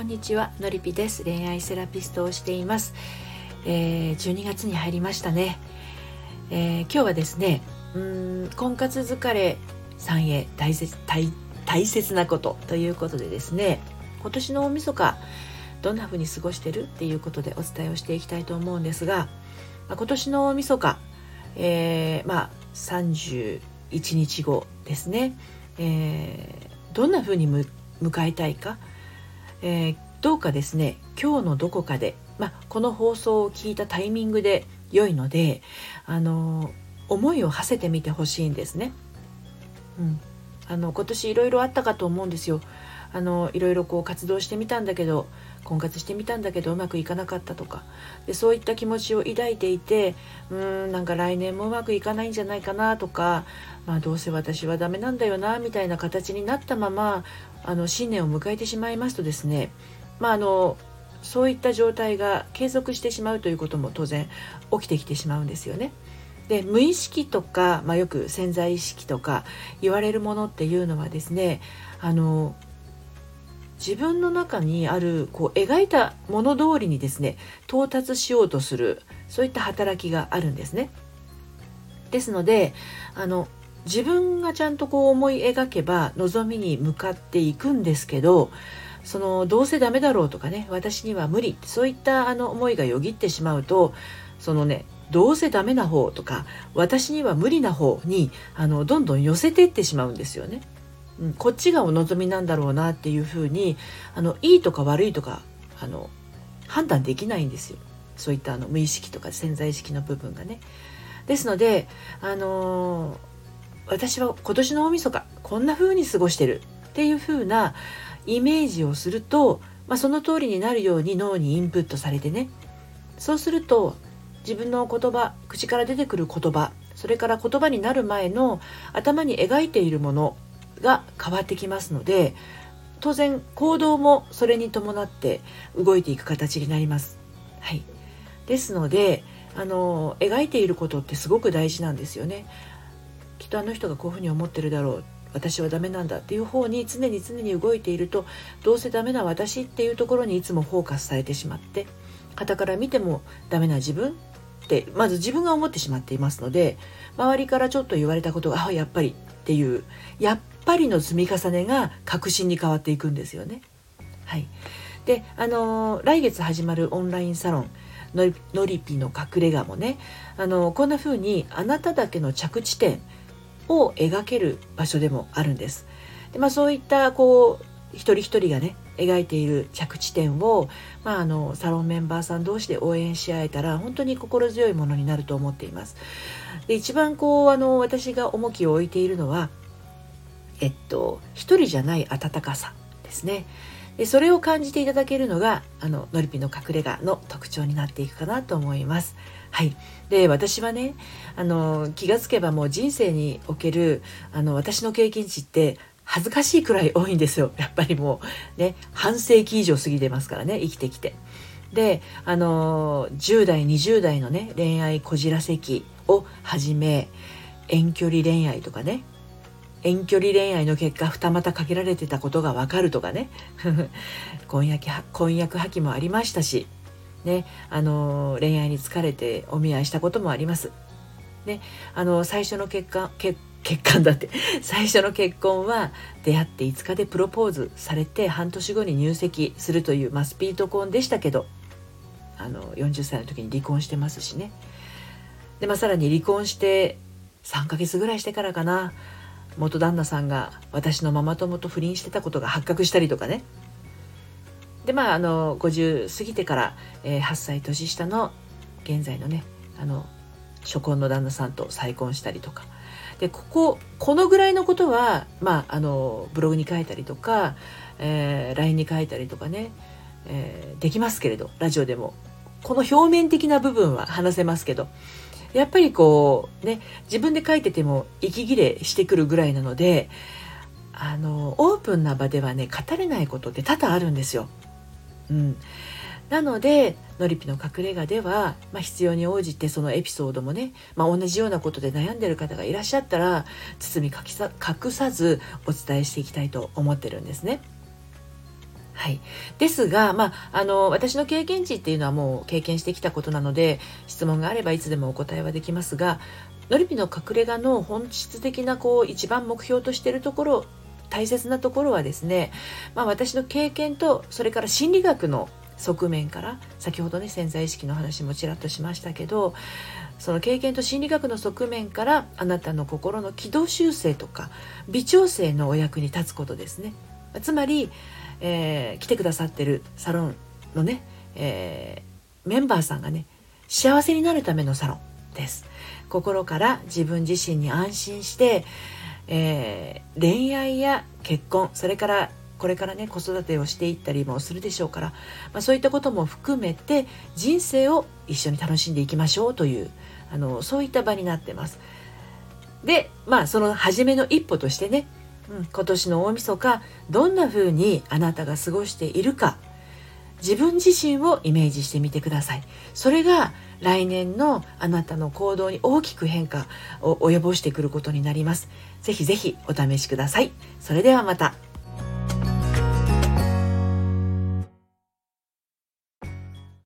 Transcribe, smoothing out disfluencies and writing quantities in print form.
にちは、のりぴです。恋愛セラピストをしています。12月に入りましたね。今日はですね、婚活疲れさんへ大切なことということでですね、今年の大晦日どんな風に過ごしてるっていうことでお伝えをしていきたいと思うんですが、今年の大晦日、31日後ですね、どんな風に迎えたいか、どうかですね、今日のどこかで、この放送を聞いたタイミングで良いので、思いを馳せてみてほしいんですね。今年いろいろあったかと思うんですよ。いろいろ活動してみたんだけど、婚活してみたんだけどうまくいかなかったとかで、そういった気持ちを抱いていて、なんか来年もうまくいかないんじゃないかなとか、どうせ私はダメなんだよなみたいな形になったまま新年を迎えてしまいますとですね、そういった状態が継続してしまうということも当然起きてきてしまうんですよね。で、無意識とか、よく潜在意識とか言われるものっていうのはですね、自分の中にある描いたもの通りにですね到達しようとする、そういった働きがあるんですね。ですので自分がちゃんと思い描けば望みに向かっていくんですけど、どうせダメだろうとかね、私には無理、そういった思いがよぎってしまうと、どうせダメな方とか私には無理な方にどんどん寄せていってしまうんですよね。こっちがお望みなんだろうなっていうふうにいいとか悪いとか判断できないんですよ。そういった無意識とか潜在意識の部分がね。ですので私は今年の大晦日こんな風に過ごしてるっていう風なイメージをすると、その通りになるように脳にインプットされてね、そうすると自分の言葉、口から出てくる言葉、それから言葉になる前の頭に描いているものが変わってきますので、当然行動もそれに伴って動いていく形になります。はい。ですので描いていることってすごく大事なんですよね。きっとあの人がこういうふうに思ってるだろう、私はダメなんだっていう方に常に動いていると、どうせダメな私っていうところにいつもフォーカスされてしまって、傍から見てもダメな自分ってまず自分が思ってしまっていますので、周りからちょっと言われたことがやっぱりっていうやっぱりの積み重ねが確信に変わっていくんですよね。はい。で来月始まるオンラインサロンのりぴの隠れ家もね、こんな風にあなただけの着地点を描ける場所でもあるんです。で、そういった一人一人がね描いている着地点を、サロンメンバーさん同士で応援し合えたら本当に心強いものになると思っています。で、一番私が重きを置いているのは一人じゃない温かさですね。で、それを感じていただけるのがのりぴの隠れ家の特徴になっていくかなと思います。はい。で、私はね気がつけばもう人生における私の経験値って恥ずかしいくらい多いんですよ。やっぱりもうね、半世紀以上過ぎてますからね、生きてきて。で10代20代のね恋愛こじらせ期をはじめ、遠距離恋愛とかね、遠距離恋愛の結果二股かけられてたことがわかるとかね婚約破棄もありましたしね、恋愛に疲れてお見合いしたこともありますね。最初の結婚だって最初の結婚は出会って5日でプロポーズされて半年後に入籍するという、スピード婚でしたけど、40歳の時に離婚してますしね。で、さらに離婚して3ヶ月ぐらいしてからかな、元旦那さんが私のママ友と不倫してたことが発覚したりとかね。で、50過ぎてから、8歳年下の現在のね初婚の旦那さんと再婚したりとかで、このぐらいのことはブログに書いたりとか、LINE に書いたりとかね、できますけれど、ラジオでもこの表面的な部分は話せますけど、やっぱり自分で書いてても息切れしてくるぐらいなので、オープンな場ではね語れないことって多々あるんですよ。なのでのりぴの隠れ家では、必要に応じてそのエピソードもね、同じようなことで悩んでる方がいらっしゃったら包み隠さずお伝えしていきたいと思ってるんですね。 はい、ですが、私の経験値っていうのはもう経験してきたことなので、質問があればいつでもお答えはできますが、のりぴの隠れ家の本質的な一番目標としているところ、大切なところはですね、私の経験と、それから心理学の側面から、先ほどね潜在意識の話もちらっとしましたけど、その経験と心理学の側面からあなたの心の軌道修正とか微調整のお役に立つことですね。つまり、来てくださってるサロンのね、メンバーさんがね幸せになるためのサロンです。心から自分自身に安心して、恋愛や結婚、それからこれからね子育てをしていったりもするでしょうから、そういったことも含めて人生を一緒に楽しんでいきましょうという、そういった場になってます。で、その初めの一歩としてね、今年の大晦日どんな風にあなたが過ごしているか、自分自身をイメージしてみてください。それが来年のあなたの行動に大きく変化を及ぼしてくることになります。ぜひぜひお試しください。それではまた。